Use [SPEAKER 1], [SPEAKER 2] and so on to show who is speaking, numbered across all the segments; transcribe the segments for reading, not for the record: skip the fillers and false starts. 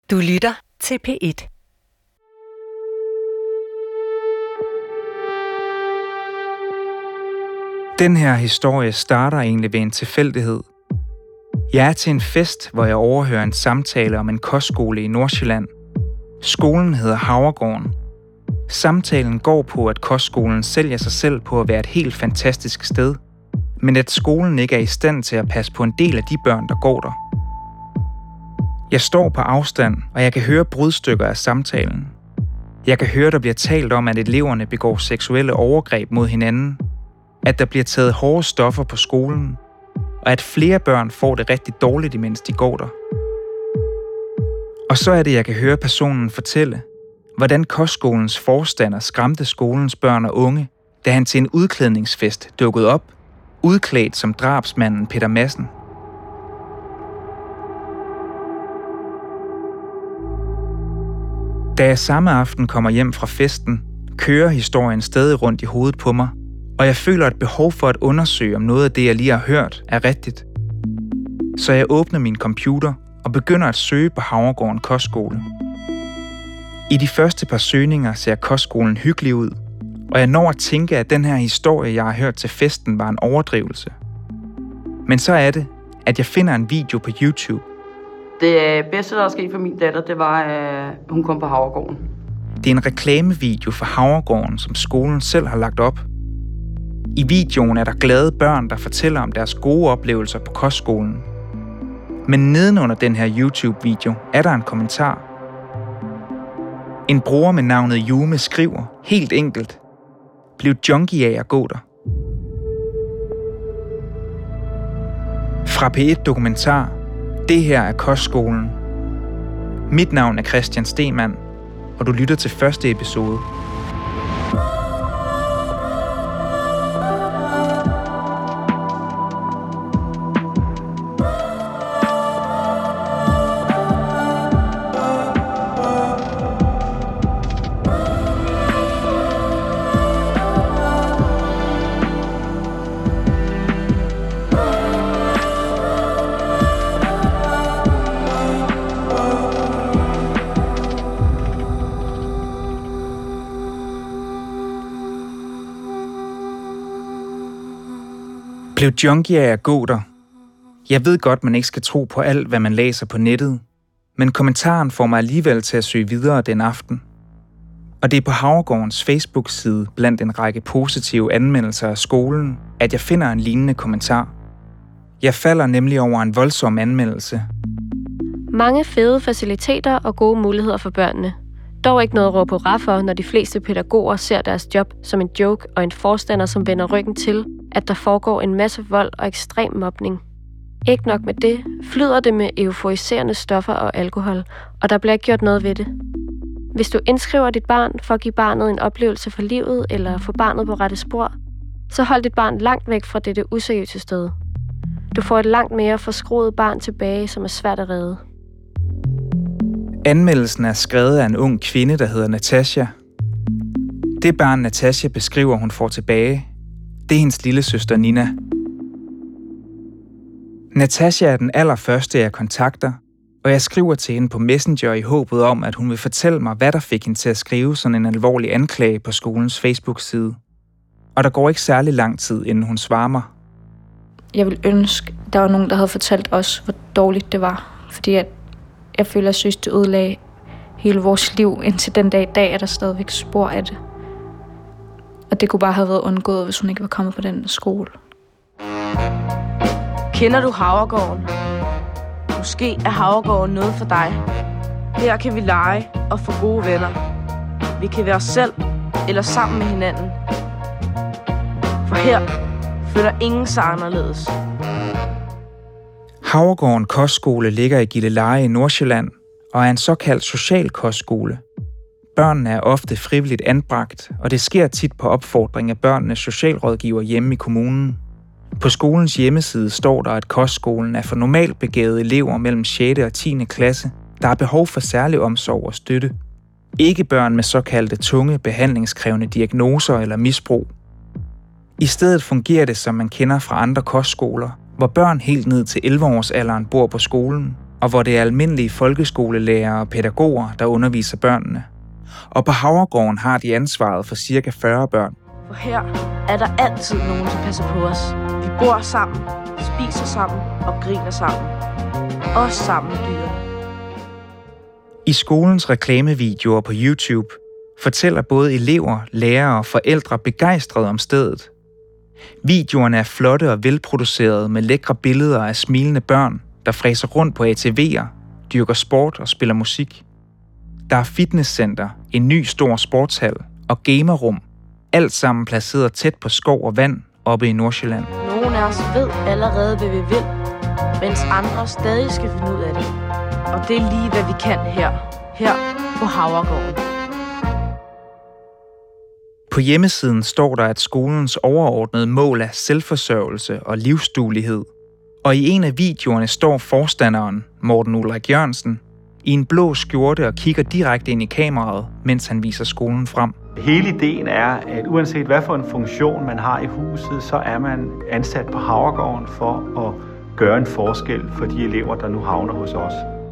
[SPEAKER 1] Du lytter til P1.
[SPEAKER 2] Den her historie starter egentlig ved en tilfældighed. Jeg er til en fest, hvor jeg overhører en samtale om en kostskole i Nordsjælland. Skolen hedder Havregården. Samtalen går på, at kostskolen sælger sig selv på at være et helt fantastisk sted, men at skolen ikke er i stand til at passe på en del af de børn, der går der. Jeg står på afstand, og jeg kan høre brudstykker af samtalen. Jeg kan høre, der bliver talt om, at eleverne begår seksuelle overgreb mod hinanden, at der bliver taget hårde stoffer på skolen, og at flere børn får det rigtig dårligt, imens de går der. Og så er det, jeg kan høre personen fortælle, hvordan kostskolens forstander skræmte skolens børn og unge, da han til en udklædningsfest dukkede op, udklædt som drabsmanden Peter Madsen. Da jeg samme aften kommer hjem fra festen, kører historien stadig rundt i hovedet på mig, og jeg føler et behov for at undersøge, om noget af det, jeg lige har hørt, er rigtigt. Så jeg åbner min computer og begynder at søge på Havregården Kostskole. I de første par søgninger ser kostskolen hyggelig ud, og jeg når at tænke, at den her historie, jeg har hørt til festen, var en overdrivelse. Men så er det, at jeg finder en video på YouTube.
[SPEAKER 3] Det bedste, der er sket for min datter, det var, at hun kom på Havregården.
[SPEAKER 2] Det er en reklamevideo for Havregården, som skolen selv har lagt op. I videoen er der glade børn, der fortæller om deres gode oplevelser på kostskolen. Men nedenunder den her YouTube-video er der en kommentar. En bruger med navnet Jume skriver, helt enkelt, "Bliv junkie af at gå der." Fra P1 Dokumentar. Det her er Kostskolen. Mit navn er Christian Stemann, og du lytter til første episode. Bliv junkie af at gå der. Jeg ved godt, man ikke skal tro på alt, hvad man læser på nettet, men kommentaren får mig alligevel til at søge videre den aften. Og det er på Havregårdens Facebook-side blandt en række positive anmeldelser af skolen, at jeg finder en lignende kommentar. Jeg falder nemlig over en voldsom anmeldelse.
[SPEAKER 4] Mange fede faciliteter og gode muligheder for børnene. Dog ikke noget at råbe hurra for, når de fleste pædagoger ser deres job som en joke og en forstander, som vender ryggen til, at der foregår en masse vold og ekstrem mobning. Ikke nok med det, flyder det med euforiserende stoffer og alkohol, og der bliver ikke gjort noget ved det. Hvis du indskriver dit barn for at give barnet en oplevelse for livet eller få barnet på rette spor, så hold dit barn langt væk fra dette useriøse sted. Du får et langt mere forskruet barn tilbage, som er svært at redde.
[SPEAKER 2] Anmeldelsen er skrevet af en ung kvinde, der hedder Natasha. Det barn, Natasha beskriver, hun får tilbage, det er hendes lille søster Nina. Natasha er den allerførste, jeg kontakter, og jeg skriver til hende på Messenger i håbet om, at hun vil fortælle mig, hvad der fik hende til at skrive sådan en alvorlig anklage på skolens Facebook-side. Og der går ikke særlig lang tid, inden hun svarer mig.
[SPEAKER 5] Jeg ville ønske, der var nogen, der havde fortalt os, hvor dårligt det var. Fordi jeg føler, at jeg synes, det ødelagde hele vores liv. Indtil den dag i dag er der stadigvæk spor af det. Og det kunne bare have været undgået, hvis hun ikke var kommet på den skole.
[SPEAKER 6] Kender du Havregården? Måske er Havregården noget for dig. Her kan vi lege og få gode venner. Vi kan være os selv eller sammen med hinanden. For her føler ingen sig anderledes.
[SPEAKER 2] Havregården Kostskole ligger i Gilleleje i Nordsjælland og er en såkaldt social kostskole. Børnene er ofte frivilligt anbragt, og det sker tit på opfordring af børnenes socialrådgiver hjemme i kommunen. På skolens hjemmeside står der, at kostskolen er for normalt begavede elever mellem 6. og 10. klasse, der har behov for særlig omsorg og støtte. Ikke børn med såkaldte tunge, behandlingskrævende diagnoser eller misbrug. I stedet fungerer det, som man kender fra andre kostskoler, hvor børn helt ned til 11-årsalderen bor på skolen, og hvor det er almindelige folkeskolelærere og pædagoger, der underviser børnene. Og på Havregården har de ansvaret for ca. 40 børn.
[SPEAKER 6] For her er der altid nogen, der passer på os. Vi bor sammen, spiser sammen og griner sammen. Også sammen med dyr.
[SPEAKER 2] I skolens reklamevideoer på YouTube fortæller både elever, lærere og forældre begejstret om stedet. Videoerne er flotte og velproducerede med lækre billeder af smilende børn, der fræser rundt på ATV'er, dyrker sport og spiller musik. Der er fitnesscenter, en ny stor sportshal og gamerrum, alt sammen placeret tæt på skov og vand oppe i Nordsjælland.
[SPEAKER 6] Nogle af os ved allerede, hvad vi vil, mens andre stadig skal finde ud af det. Og det er lige, hvad vi kan her på Havregården.
[SPEAKER 2] På hjemmesiden står der, at skolens overordnede mål er selvforsørgelse og livsduelighed. Og i en af videoerne står forstanderen, Morten Ulrik Jørgensen, i en blå skjorte og kigger direkte ind i kameraet, mens han viser skolen frem.
[SPEAKER 1] Hele ideen er, at uanset hvad for en funktion man har i huset, så er man ansat på Havregården for at gøre en forskel for de elever, der nu havner hos os.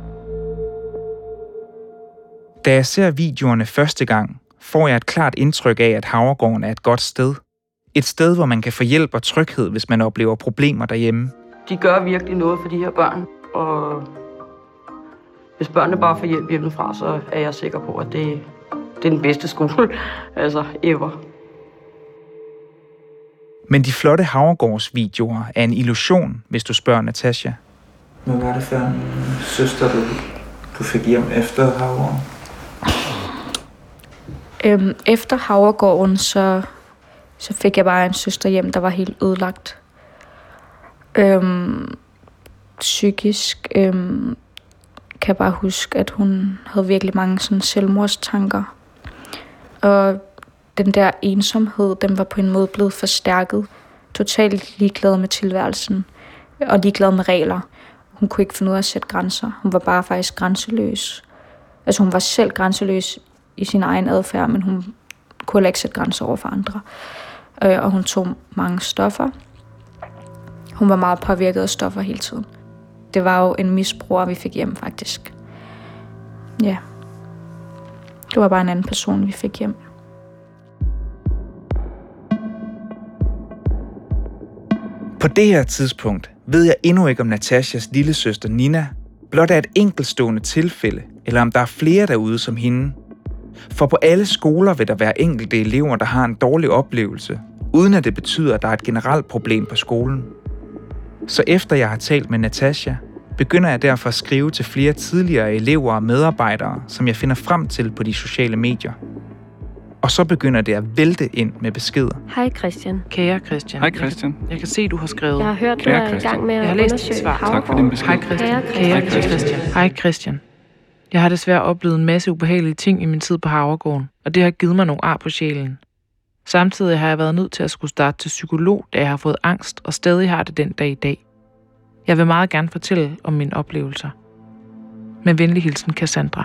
[SPEAKER 2] Da jeg ser videoerne første gang, får jeg et klart indtryk af, at Havregården er et godt sted. Et sted, hvor man kan få hjælp og tryghed, hvis man oplever problemer derhjemme.
[SPEAKER 3] De gør virkelig noget for de her børn, og hvis børnene bare får hjælp hjemmefra, så er jeg sikker på, at det er den bedste skole, altså ever.
[SPEAKER 2] Men de flotte Havregårdsvideoer er en illusion, hvis du spørger Natasha.
[SPEAKER 7] Hvad var det for en søster, du fik hjem efter Havregården?
[SPEAKER 5] Efter Havregården, så fik jeg bare en søster hjem, der var helt ødelagt. Psykisk kan jeg bare huske, at hun havde virkelig mange sådan selvmordstanker. Og den der ensomhed, den var på en måde blevet forstærket. Totalt ligeglad med tilværelsen og ligeglad med regler. Hun kunne ikke finde ud af at sætte grænser. Hun var bare faktisk grænseløs. Altså hun var selv grænseløs i sin egen adfærd, men hun kunne heller ikke sætte grænser over for andre. Og hun tog mange stoffer. Hun var meget påvirket af stoffer hele tiden. Det var jo en misbruger, vi fik hjem faktisk. Ja. Det var bare en anden person, vi fik hjem.
[SPEAKER 2] På det her tidspunkt ved jeg endnu ikke, om Natashas lillesøster Nina blot er et enkeltstående tilfælde, eller om der er flere derude som hende. For på alle skoler vil der være enkelte elever, der har en dårlig oplevelse, uden at det betyder, at der er et generelt problem på skolen. Så efter jeg har talt med Natasha, begynder jeg derfor at skrive til flere tidligere elever og medarbejdere, som jeg finder frem til på de sociale medier. Og så begynder det at vælte ind med beskeder.
[SPEAKER 4] Hej Christian.
[SPEAKER 8] Kære Christian.
[SPEAKER 7] Hej Christian.
[SPEAKER 8] Jeg kan se, du har skrevet.
[SPEAKER 4] Jeg har hørt, du er i gang med at undersøge Havregården.
[SPEAKER 7] Tak for din besked.
[SPEAKER 8] Hej Christian. Kære Christian. Hej Christian. Jeg har desværre oplevet en masse ubehagelige ting i min tid på Havregården, og det har givet mig nogle ar på sjælen. Samtidig har jeg været nødt til at skulle starte til psykolog, da jeg har fået angst og stadig har det den dag i dag. Jeg vil meget gerne fortælle om mine oplevelser. Med venlig hilsen, Cassandra.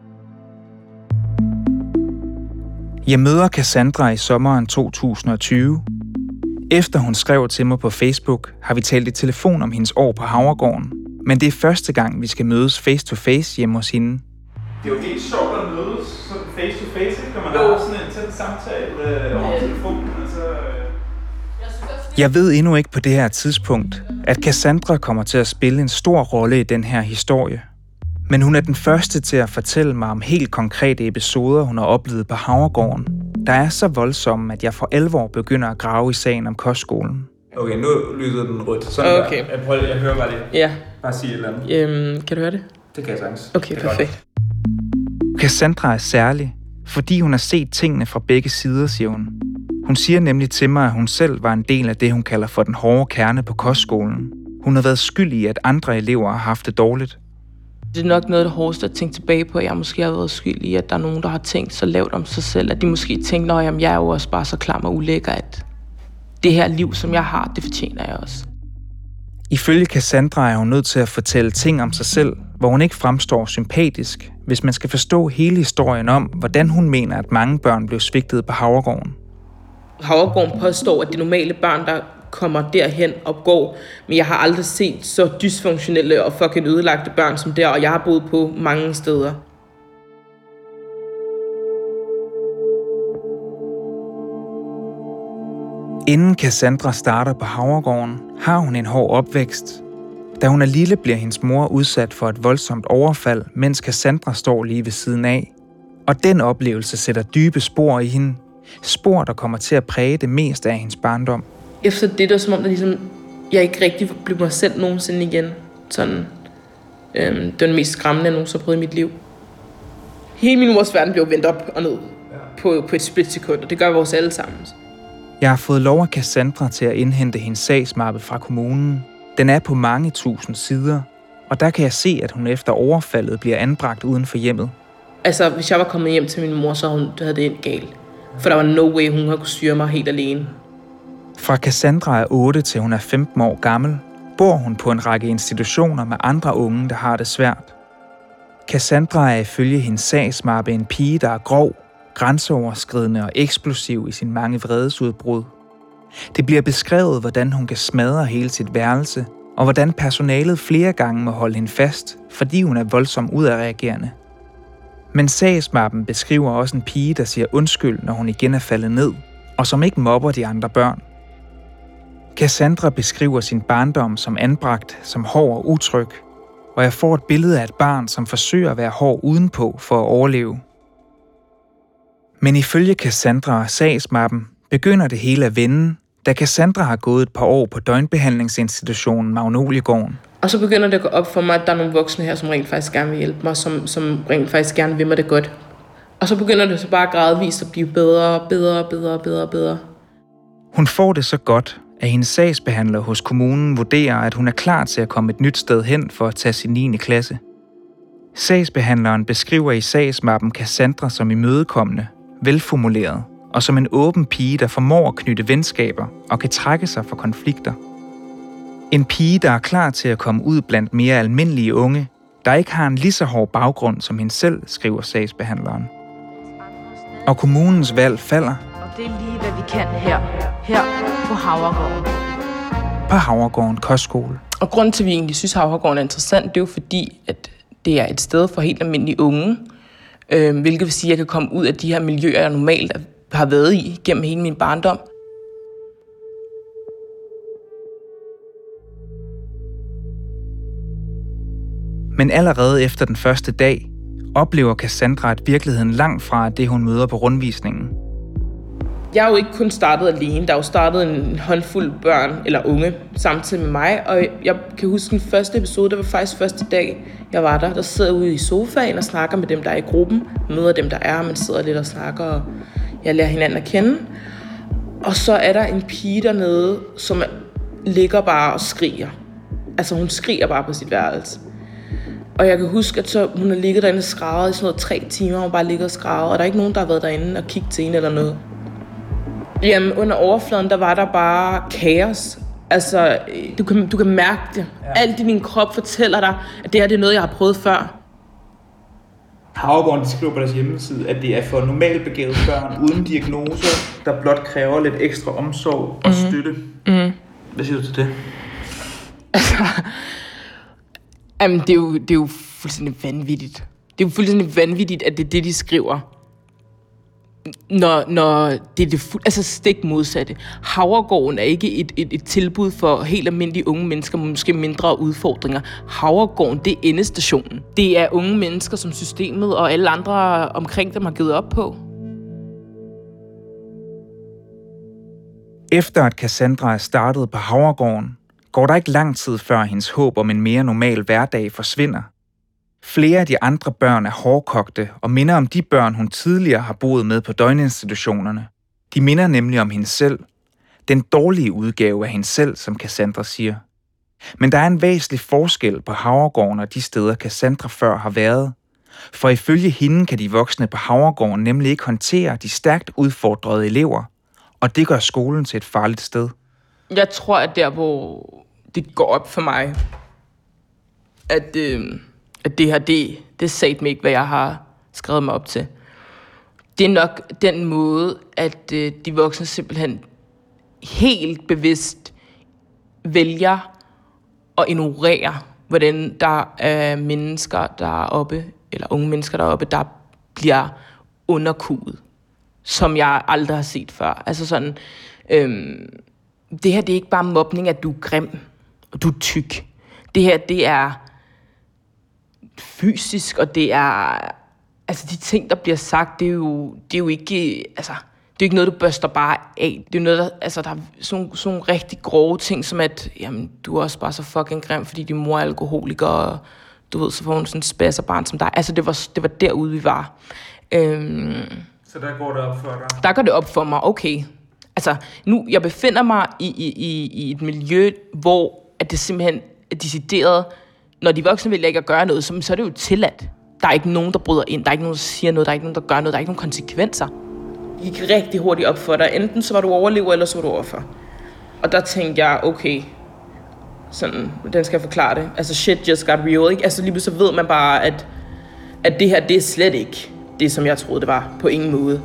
[SPEAKER 2] Jeg møder Cassandra i sommeren 2020. Efter hun skrev til mig på Facebook, har vi talt i telefon om hendes år på Havregården. Men det er første gang, vi skal mødes face-to-face hjemme hos hende.
[SPEAKER 7] Det er jo helt sjovt at mødes sådan face-to-face, når man har sådan en tæt samtale over telefonen.
[SPEAKER 2] Jeg ved endnu ikke på det her tidspunkt, at Cassandra kommer til at spille en stor rolle i den her historie. Men hun er den første til at fortælle mig om helt konkrete episoder, hun har oplevet på Havregården, der er så voldsomme, at jeg for alvor begynder at grave i sagen om kostskolen.
[SPEAKER 7] Okay, nu lyder den rødt. Sådan okay. Jeg hører bare det.
[SPEAKER 8] Ja.
[SPEAKER 7] Bare sige et eller andet.
[SPEAKER 8] Kan du høre det?
[SPEAKER 7] Det kan jeg sagtens.
[SPEAKER 8] Okay, perfekt.
[SPEAKER 2] Cassandra er særlig, fordi hun har set tingene fra begge sider, siger hun. Hun siger nemlig til mig, at hun selv var en del af det, hun kalder for den hårde kerne på kostskolen. Hun har været skyld i, at andre elever har haft det dårligt.
[SPEAKER 9] Det er nok noget af det hårdeste at tænke tilbage på, at jeg måske har været skyld i, at der er nogen, der har tænkt så lavt om sig selv, at de måske tænker, at jeg er jo også bare så klam og ulækker, at det her liv, som jeg har, det fortjener jeg også.
[SPEAKER 2] Ifølge Cassandra er hun nødt til at fortælle ting om sig selv, hvor hun ikke fremstår sympatisk, hvis man skal forstå hele historien om, hvordan hun mener, at mange børn blev svigtet på Havregården.
[SPEAKER 9] Havregården påstår, at de normale børn, kommer derhen og går. Men jeg har aldrig set så dysfunktionelle og fucking ødelagte børn som der, og jeg har boet på mange steder.
[SPEAKER 2] Inden Cassandra starter på Havregården, har hun en hård opvækst. Da hun er lille, bliver hendes mor udsat for et voldsomt overfald, mens Cassandra står lige ved siden af. Og den oplevelse sætter dybe spor i hende. Spor, der kommer til at præge det meste af hendes barndom.
[SPEAKER 9] Efter det der som om, jeg ikke rigtig blev mig selv nogensinde igen. Sådan, det var det mest skræmmende, jeg nogensinde har prøvet i mit liv. Hele min mors verden blev vendt op og ned på et splitsekund, og det gør vores alle sammen.
[SPEAKER 2] Jeg har fået lov af Cassandra til at indhente hendes sagsmappe fra kommunen. Den er på mange tusind sider, og der kan jeg se, at hun efter overfaldet bliver anbragt uden for hjemmet.
[SPEAKER 9] Altså, hvis jeg var kommet hjem til min mor, så havde det endt galt. For der var no way, hun havde kunne styre mig helt alene.
[SPEAKER 2] Fra Cassandra er 8 til hun er 15 år gammel, bor hun på en række institutioner med andre unge, der har det svært. Cassandra er ifølge hendes sagsmappe en pige, der er grov, grænseoverskridende og eksplosiv i sin mange vredesudbrud. Det bliver beskrevet, hvordan hun kan smadre hele sit værelse, og hvordan personalet flere gange må holde hende fast, fordi hun er voldsomt udadreagerende. Men sagsmappen beskriver også en pige, der siger undskyld, når hun igen er faldet ned, og som ikke mobber de andre børn. Cassandra beskriver sin barndom som anbragt, som hård og utryg, og jeg får et billede af et barn, som forsøger at være hård udenpå for at overleve. Men ifølge Cassandra og sagsmappen begynder det hele at vende, da Cassandra har gået et par år på døgnbehandlingsinstitutionen Magnoliegården.
[SPEAKER 9] Og så begynder det at gå op for mig, at der er nogle voksne her, som rent faktisk gerne vil hjælpe mig, som rent faktisk gerne vil mig det godt. Og så begynder det så bare gradvist at blive bedre.
[SPEAKER 2] Hun får det så godt, at hendes sagsbehandler hos kommunen vurderer, at hun er klar til at komme et nyt sted hen for at tage sin 9. klasse. Sagsbehandleren beskriver i sagsmappen Cassandra som imødekommende, velformuleret og som en åben pige, der formår at knytte venskaber og kan trække sig fra konflikter. En pige, der er klar til at komme ud blandt mere almindelige unge, der ikke har en lige så hård baggrund som hende selv, skriver sagsbehandleren. Og kommunens valg falder.
[SPEAKER 6] Og det er lige, hvad vi kan her på Havregården.
[SPEAKER 2] På Havregården Kostskole.
[SPEAKER 9] Og grunden til, at vi egentlig synes, at Havregården er interessant, det er jo fordi, at det er et sted for helt almindelige unge, hvilket vil sige, at jeg kan komme ud af de her miljøer, jeg normalt har været i gennem hele min barndom.
[SPEAKER 2] Men allerede efter den første dag, oplever Cassandra, at virkeligheden langt fra det, hun møder på rundvisningen.
[SPEAKER 9] Jeg har jo ikke kun startet alene. Der er jo startet en håndfuld børn eller unge samtidig med mig. Og jeg kan huske den første episode, det var faktisk første dag, jeg var der. Der sidder ude i sofaen og snakker med dem, der er i gruppen. Møder dem, der er. Man sidder lidt og snakker, og jeg lærer hinanden at kende. Og så er der en pige dernede, som ligger bare og skriger. Altså hun skriger bare på sit værelse. Og jeg kan huske, at så, hun har ligget derinde og skrædet i sådan noget 3 timer. Hun bare ligger og skrædet, og der er ikke nogen, der har været derinde og kigget til hende eller noget. Jamen, under overfladen, der var der bare kaos. Altså, du kan mærke det. Ja. Alt i din krop fortæller dig, at det her det er noget, jeg har prøvet før.
[SPEAKER 7] Havregården skriver på deres hjemmeside, at det er for normalt begavede børn uden diagnoser, der blot kræver lidt ekstra omsorg og støtte. Hvad siger du til det?
[SPEAKER 9] Altså, jamen, det er jo fuldstændig vanvittigt. Det er jo fuldstændig vanvittigt, at det er det, de skriver. Når det er det stik modsatte. Havregården er ikke et tilbud for helt almindelige unge mennesker med måske mindre udfordringer. Havregården, det er endestationen. Det er unge mennesker, som systemet og alle andre omkring dem har givet op på.
[SPEAKER 2] Efter at Cassandra er startet på Havregården, går der ikke lang tid før hendes håb om en mere normal hverdag forsvinder. Flere af de andre børn er hårdkogte og minder om de børn, hun tidligere har boet med på døgninstitutionerne. De minder nemlig om hende selv. Den dårlige udgave af hende selv, som Cassandra siger. Men der er en væsentlig forskel på Havregården og de steder, Cassandra før har været. For ifølge hende kan de voksne på Havregården nemlig ikke håndtere de stærkt udfordrede elever. Og det gør skolen til et farligt sted.
[SPEAKER 9] Jeg tror, at der, hvor det går op for mig, at det her, det sagde mig ikke, hvad jeg har skrevet mig op til. Det er nok den måde, at de voksne simpelthen helt bevidst vælger at ignorere, hvordan der er mennesker deroppe, eller unge mennesker deroppe, der bliver underkuet, som jeg aldrig har set før. Altså sådan, det her, det er ikke bare mobning, at du er grim, og du er tyk. Det her, det er fysisk, og det er, altså de ting, der bliver sagt, det er jo ikke, altså, det er ikke noget, du børster bare af. Det er noget, der, altså, der er sådan rigtig grove ting, som at, jamen, du er også bare så fucking grim, fordi din mor er alkoholiker, og du ved, så får hun sådan en spasserbarn som dig. Altså, det var derude, vi var.
[SPEAKER 7] Så der går det op for dig?
[SPEAKER 9] Der går det op for mig, okay. Altså, nu, jeg befinder mig i et miljø, hvor at det simpelthen er decideret, når de voksne vælger ikke at gøre noget, så er det jo tilladt. Der er ikke nogen, der bryder ind, der er ikke nogen, der siger noget, der er ikke nogen, der gør noget, der er ikke nogen konsekvenser. Det gik rigtig hurtigt op for dig. Enten så var du overlever, eller så var du offer. Og der tænkte jeg, okay, sådan, den skal jeg forklare det. Altså, shit just got real, ikke? Altså, lige så ved man bare, at det her, det er slet ikke det, som jeg troede, det var. På ingen måde.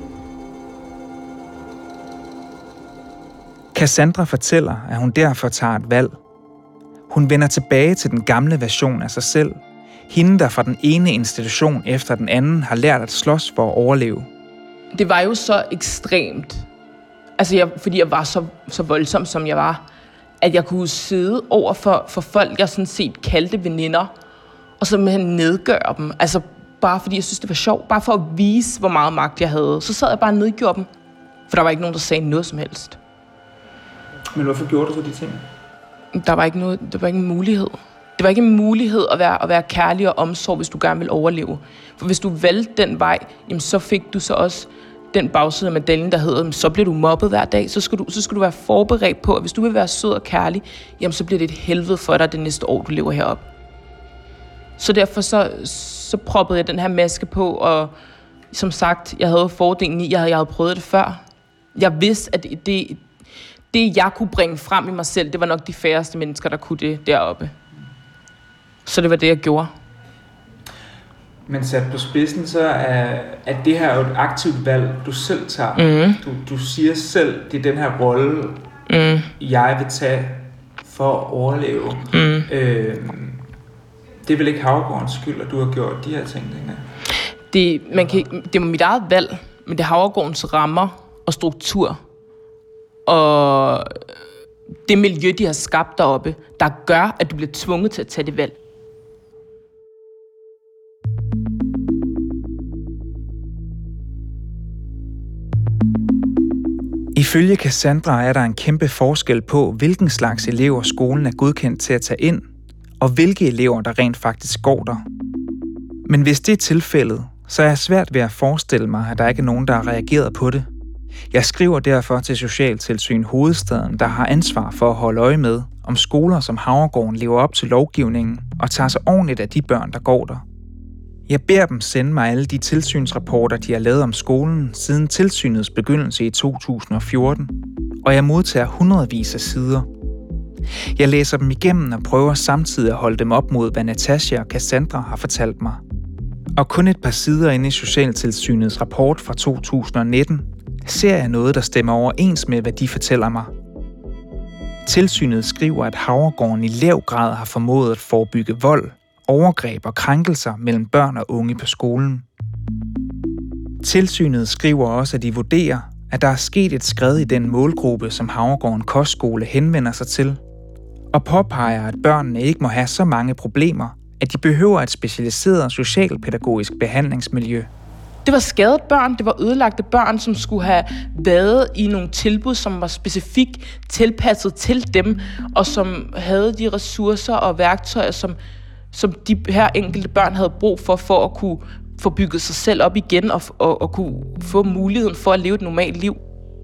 [SPEAKER 2] Cassandra fortæller, at hun derfor tager et valg. Hun vender tilbage til den gamle version af sig selv. Hende, der fra den ene institution efter den anden har lært at slås for at overleve.
[SPEAKER 9] Det var jo så ekstremt, altså fordi jeg var så voldsom, som jeg var, at jeg kunne sidde over for folk, jeg sådan set kaldte veninder, og så nedgøre dem. Altså bare fordi jeg synes, det var sjovt. Bare for at vise, hvor meget magt jeg havde. Så sad jeg bare og nedgjorde dem. For der var ikke nogen, der sagde noget som helst.
[SPEAKER 7] Men hvorfor gjorde du så de ting?
[SPEAKER 9] Der var ikke noget, det var ikke en mulighed. Det var ikke en mulighed at være kærlig og omsorg, hvis du gerne vil overleve. For hvis du valgte den vej, jamen, så fik du så også den bagside af medaljen, der hedder, så bliver du mobbet hver dag. Så skal du være forberedt på, at hvis du vil være sød og kærlig, jamen, så bliver det et helvede for dig det næste år, du lever heroppe. Så derfor så proppede jeg den her maske på, og som sagt, jeg havde fordelen i, jeg havde prøvet det før. Jeg vidste, at det, jeg kunne bringe frem i mig selv, det var nok de færreste mennesker, der kunne det deroppe. Så det var det, jeg gjorde.
[SPEAKER 7] Men sat på spidsen, så er det her jo et aktivt valg, du selv tager. Du siger selv, det er den her rolle, jeg vil tage for at overleve. Det er vel ikke Havregårdens skyld, at du har gjort de her ting,
[SPEAKER 9] det var mit eget valg, men det er Havregårdens rammer og struktur. Og det miljø, de har skabt deroppe, der gør, at du bliver tvunget til at tage det valg.
[SPEAKER 2] Ifølge Cassandra er der en kæmpe forskel på, hvilken slags elever skolen er godkendt til at tage ind, og hvilke elever, der rent faktisk går der. Men hvis det er tilfældet, så er jeg svært ved at forestille mig, at der ikke er nogen, der har reageret på det. Jeg skriver derfor til Socialtilsyn Hovedstaden, der har ansvar for at holde øje med, om skoler som Havregården lever op til lovgivningen og tager sig ordentligt af de børn, der går der. Jeg beder dem sende mig alle de tilsynsrapporter, de har lavet om skolen siden tilsynets begyndelse i 2014, og jeg modtager hundredvis af sider. Jeg læser dem igennem og prøver samtidig at holde dem op mod, hvad Natasha og Cassandra har fortalt mig. Og kun et par sider inde i Socialtilsynets rapport fra 2019 ser jeg noget, der stemmer overens med, hvad de fortæller mig. Tilsynet skriver, at Havregården i lav grad har formået at forebygge vold, overgreb og krænkelser mellem børn og unge på skolen. Tilsynet skriver også, at de vurderer, at der er sket et skred i den målgruppe, som Havregården Kostskole henvender sig til, og påpeger, at børnene ikke må have så mange problemer, at de behøver et specialiseret socialpædagogisk behandlingsmiljø.
[SPEAKER 9] Det var skadede børn, det var ødelagte børn, som skulle have været i nogle tilbud, som var specifikt tilpasset til dem, og som havde de ressourcer og værktøjer, som de her enkelte børn havde brug for at kunne få bygget sig selv op igen og kunne få muligheden for at leve et normalt liv.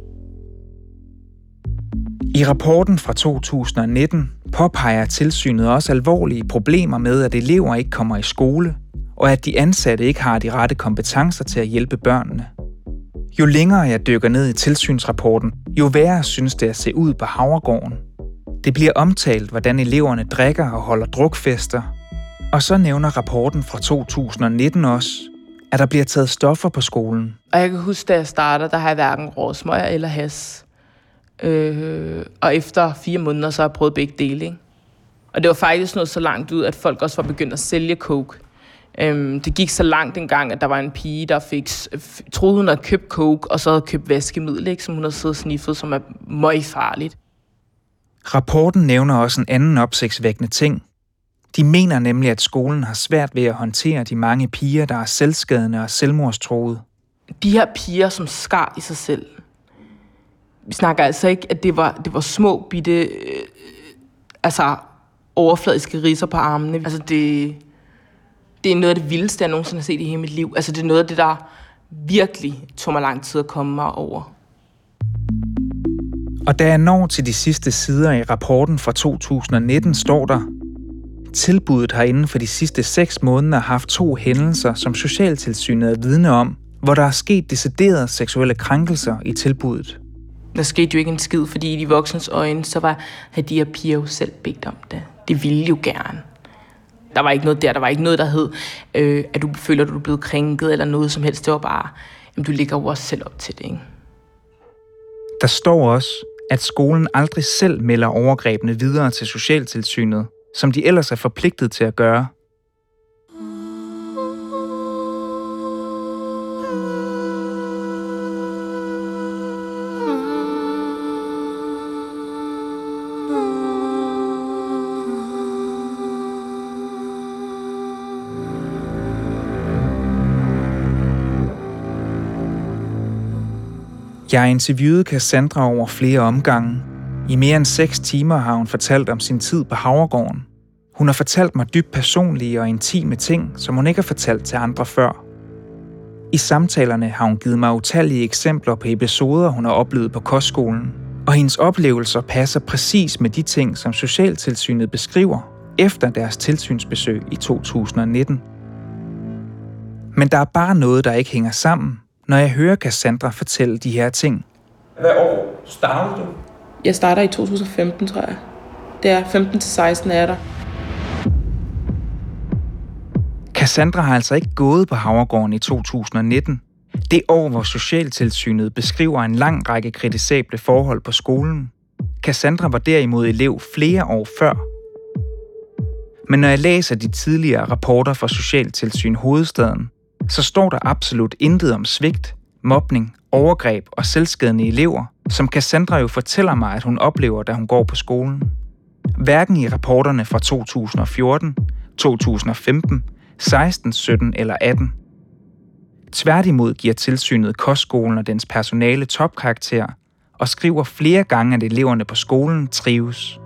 [SPEAKER 2] I rapporten fra 2019 påpeger tilsynet også alvorlige problemer med, at elever ikke kommer i skole, og at de ansatte ikke har de rette kompetencer til at hjælpe børnene. Jo længere jeg dykker ned i tilsynsrapporten, jo værre synes det at se ud på Havregården. Det bliver omtalt, hvordan eleverne drikker og holder drukfester, og så nævner rapporten fra 2019 også, at der bliver taget stoffer på skolen.
[SPEAKER 9] Og jeg kan huske, da jeg starter, der har jeg hverken råsmøger eller has. Og efter 4 måneder, så har jeg prøvet begge dele, ikke? Og det var faktisk noget så langt ud, at folk også var begyndt at sælge coke. Det gik så langt engang, at der var en pige, der troede, hun havde købt coke, og så havde købt vaskemiddel, ikke, som hun havde siddet og sniffet, som er møgfarligt.
[SPEAKER 2] Rapporten nævner også en anden opsigtsvækkende ting. De mener nemlig, at skolen har svært ved at håndtere de mange piger, der er selvskadende og selvmordstruede.
[SPEAKER 9] De her piger, som skar i sig selv. Vi snakker altså ikke, at det var små, bitte, overfladiske ridser på armene. Altså det er noget af det vildeste, jeg nogensinde har set i hele mit liv. Altså det er noget af det, der virkelig tog mig lang tid at komme mig over.
[SPEAKER 2] Og da jeg når til de sidste sider i rapporten fra 2019, står der: tilbuddet har inden for de sidste 6 måneder haft 2 hændelser, som socialtilsynet er vidne om, hvor der er sket deciderede seksuelle krænkelser i tilbuddet.
[SPEAKER 9] Der skete jo ikke en skid, fordi i de voksnes øjne, så havde de her piger jo selv bedt om det. Det ville jo gerne. Der var ikke noget der. Der var ikke noget, der hed, at du føler, at du er blevet krænket eller noget som helst. Det var bare, jamen du ligger jo også selv op til det, ikke?
[SPEAKER 2] Der står også, at skolen aldrig selv melder overgrebene videre til socialtilsynet, som de ellers er forpligtet til at gøre. Jeg har interviewet Cassandra over flere omgange. I mere end 6 timer har hun fortalt om sin tid på Havregården. Hun har fortalt mig dybt personlige og intime ting, som hun ikke har fortalt til andre før. I samtalerne har hun givet mig utallige eksempler på episoder, hun har oplevet på kostskolen. Og hendes oplevelser passer præcis med de ting, som socialtilsynet beskriver efter deres tilsynsbesøg i 2019. Men der er bare noget, der ikke hænger sammen, når jeg hører Cassandra fortælle de her ting.
[SPEAKER 7] Hvad år startede du?
[SPEAKER 9] Jeg starter i 2015, tror jeg. Det er 15-16 er der.
[SPEAKER 2] Cassandra har altså ikke gået på Havregården i 2019. Det år, hvor socialtilsynet beskriver en lang række kritisable forhold på skolen. Cassandra var derimod elev flere år før. Men når jeg læser de tidligere rapporter fra Socialtilsyn Hovedstaden, så står der absolut intet om svigt, mobning, overgreb og selvskadende elever, som Cassandra jo fortæller mig, at hun oplever, da hun går på skolen. Hverken i rapporterne fra 2014, 2015, 16, 17 eller 18. Tværtimod giver tilsynet kostskolen og dens personale topkarakter og skriver flere gange, at eleverne på skolen trives.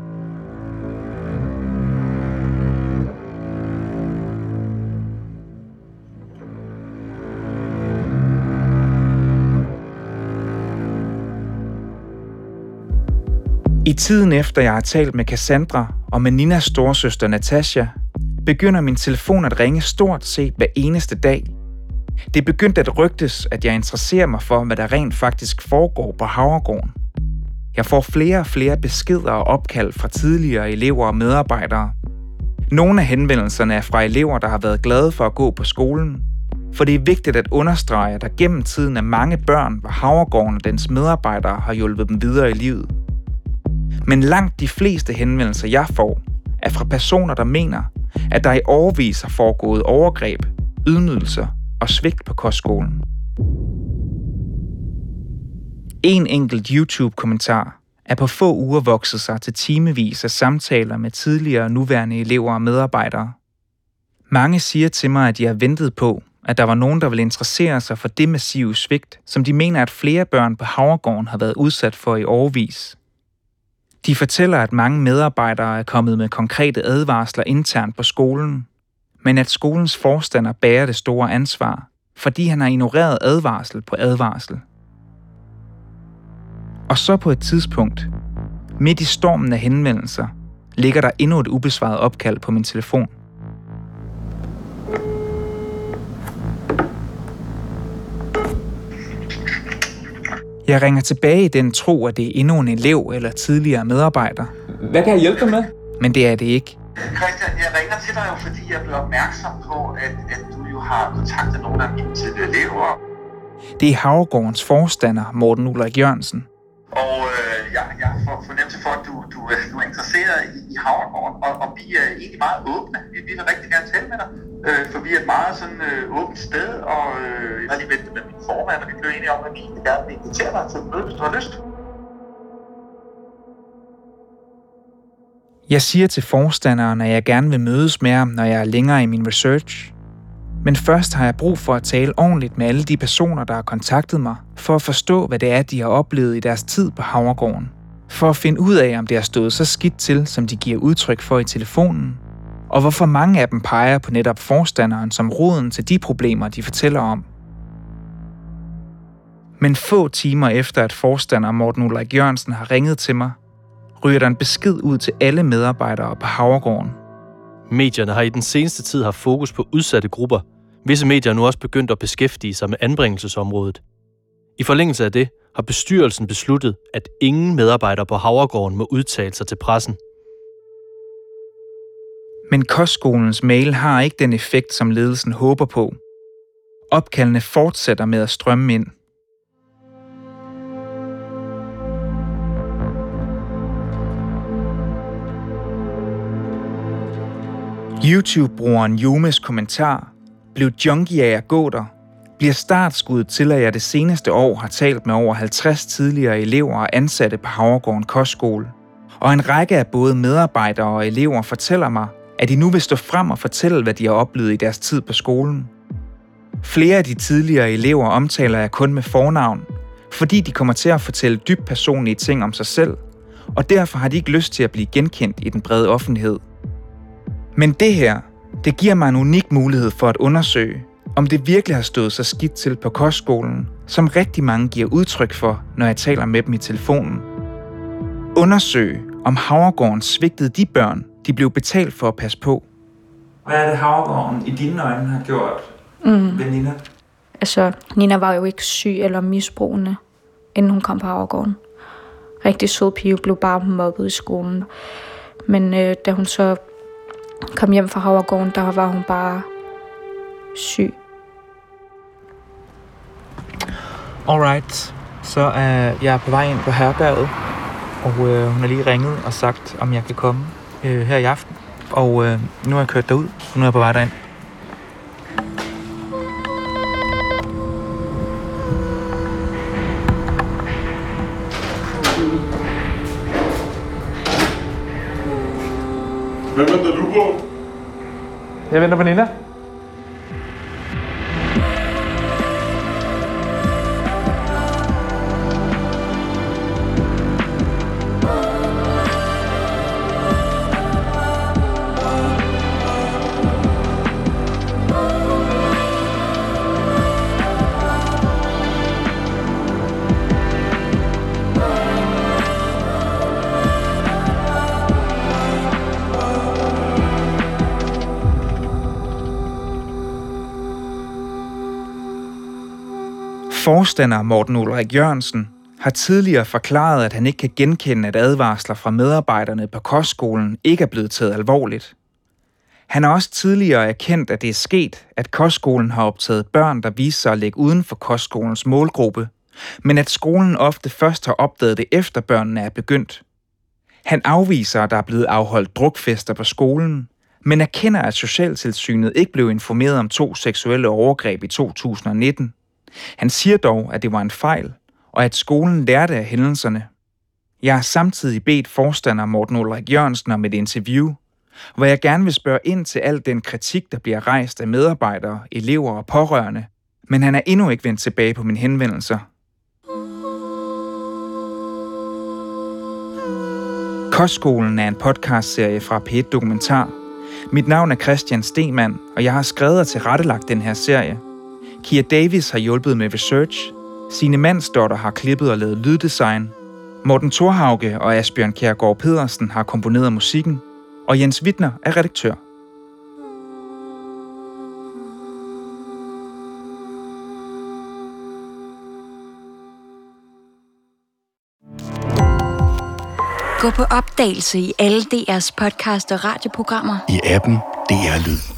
[SPEAKER 2] I tiden efter jeg har talt med Cassandra og med Ninas storesøster Natasha, begynder min telefon at ringe stort set hver eneste dag. Det er begyndt at rygtes, at jeg interesserer mig for, hvad der rent faktisk foregår på Havregården. Jeg får flere og flere beskeder og opkald fra tidligere elever og medarbejdere. Nogle af henvendelserne er fra elever, der har været glade for at gå på skolen, for det er vigtigt at understrege, at der gennem tiden er mange børn, hvor Havregården og dens medarbejdere har hjulpet dem videre i livet. Men langt de fleste henvendelser, jeg får, er fra personer, der mener, at der i årevis har foregået overgreb, ydmygelser og svigt på kostskolen. En enkelt YouTube-kommentar er på få uger vokset sig til timevis af samtaler med tidligere og nuværende elever og medarbejdere. Mange siger til mig, at de har ventet på, at der var nogen, der ville interessere sig for det massive svigt, som de mener, at flere børn på Havregården har været udsat for i årevis. De fortæller, at mange medarbejdere er kommet med konkrete advarsler internt på skolen, men at skolens forstander bærer det store ansvar, fordi han har ignoreret advarsel på advarsel. Og så på et tidspunkt, midt i stormen af henvendelser, ligger der endnu et ubesvaret opkald på min telefon. Jeg ringer tilbage i den tro, at det er endnu en elev eller tidligere medarbejder.
[SPEAKER 7] Hvad kan jeg hjælpe dig med?
[SPEAKER 2] Men det er det ikke.
[SPEAKER 10] Christian, jeg ringer til dig jo, fordi jeg blev opmærksom på, at du jo har kontaktet nogle af mine tidligere elever.
[SPEAKER 2] Det er Havregårdens forstander, Morten Ulrik Jørgensen.
[SPEAKER 10] Og Havregården, og vi er egentlig meget åbne. Vi vil rigtig gerne tale med dig, for vi er et meget sådan åbent sted, og jeg har lige ventet med min formand, og vi blev enige om, at vi gerne vil invitere dig til et møde, hvis du har lyst.
[SPEAKER 2] Jeg siger til forstanderen, at jeg gerne vil mødes med ham, når jeg er længere i min research. Men først har jeg brug for at tale ordentligt med alle de personer, der har kontaktet mig, for at forstå, hvad det er, de har oplevet i deres tid på Havregården. For at finde ud af, om det har stået så skidt til, som de giver udtryk for i telefonen, og hvorfor mange af dem peger på netop forstanderen som roden til de problemer, de fortæller om. Men få timer efter, at forstander Morten Ulrik Jørgensen har ringet til mig, ryger der en besked ud til alle medarbejdere på Havregården.
[SPEAKER 11] Medierne har i den seneste tid haft fokus på udsatte grupper. Visse medier er nu også begyndt at beskæftige sig med anbringelsesområdet. I forlængelse af det har bestyrelsen besluttet, at ingen medarbejdere på Havregården må udtale sig til pressen.
[SPEAKER 2] Men kostskolens mail har ikke den effekt, som ledelsen håber på. Opkaldene fortsætter med at strømme ind. YouTube-brugeren Jomes kommentar blev junkie af at gå der, bliver startskuddet til, at jeg det seneste år har talt med over 50 tidligere elever og ansatte på Havregården Kostskole. Og en række af både medarbejdere og elever fortæller mig, at de nu vil stå frem og fortælle, hvad de har oplevet i deres tid på skolen. Flere af de tidligere elever omtaler jeg kun med fornavn, fordi de kommer til at fortælle dybt personlige ting om sig selv, og derfor har de ikke lyst til at blive genkendt i den brede offentlighed. Men det her, det giver mig en unik mulighed for at undersøge, om det virkelig har stået så skidt til på kostskolen, som rigtig mange giver udtryk for, når jeg taler med dem i telefonen. Undersøge, om Havregården svigtede de børn, de blev betalt for at passe på. Hvad er det, Havregården i dine øjne har gjort ved Nina?
[SPEAKER 5] Altså, Nina var jo ikke syg eller misbrugende, inden hun kom på Havregården. Rigtig sød pige, blev bare mobbet i skolen. Men da hun så kom hjem fra Havregården, der var hun bare syg.
[SPEAKER 2] Alright, så er jeg på vej ind på herberget, og hun har lige ringet og sagt, om jeg kan komme her i aften. Og nu har jeg kørt derud, så nu er jeg på vej derind.
[SPEAKER 12] Hvad venter du på?
[SPEAKER 2] Jeg venter på Nina. Forstander Morten Ulrik Jørgensen har tidligere forklaret, at han ikke kan genkende, at advarsler fra medarbejderne på kostskolen ikke er blevet taget alvorligt. Han har også tidligere erkendt, at det er sket, at kostskolen har optaget børn, der viser sig at ligge uden for kostskolens målgruppe, men at skolen ofte først har opdaget det, efter børnene er begyndt. Han afviser, at der er blevet afholdt drukfester på skolen, men erkender, at Socialtilsynet ikke blev informeret om 2 seksuelle overgreb i 2019. Han siger dog, at det var en fejl, og at skolen lærte af hændelserne. Jeg har samtidig bedt forstander Morten Ulrik Jørgensen om et interview, hvor jeg gerne vil spørge ind til al den kritik, der bliver rejst af medarbejdere, elever og pårørende, men han er endnu ikke vendt tilbage på mine henvendelser. Kostskolen er en podcastserie fra P1 Dokumentar. Mit navn er Christian Stemann, og jeg har skrevet og tilrettelagt den her serie. Kia Davis har hjulpet med research, Signe Mandsdotter har klippet og lavet lyddesign, Morten Thorhauge og Asbjørn Kjærgaard Pedersen har komponeret musikken, og Jens Wittner er redaktør.
[SPEAKER 13] Gå på opdagelse i alle DR's podcast og radioprogrammer.
[SPEAKER 14] I appen DR Lyd.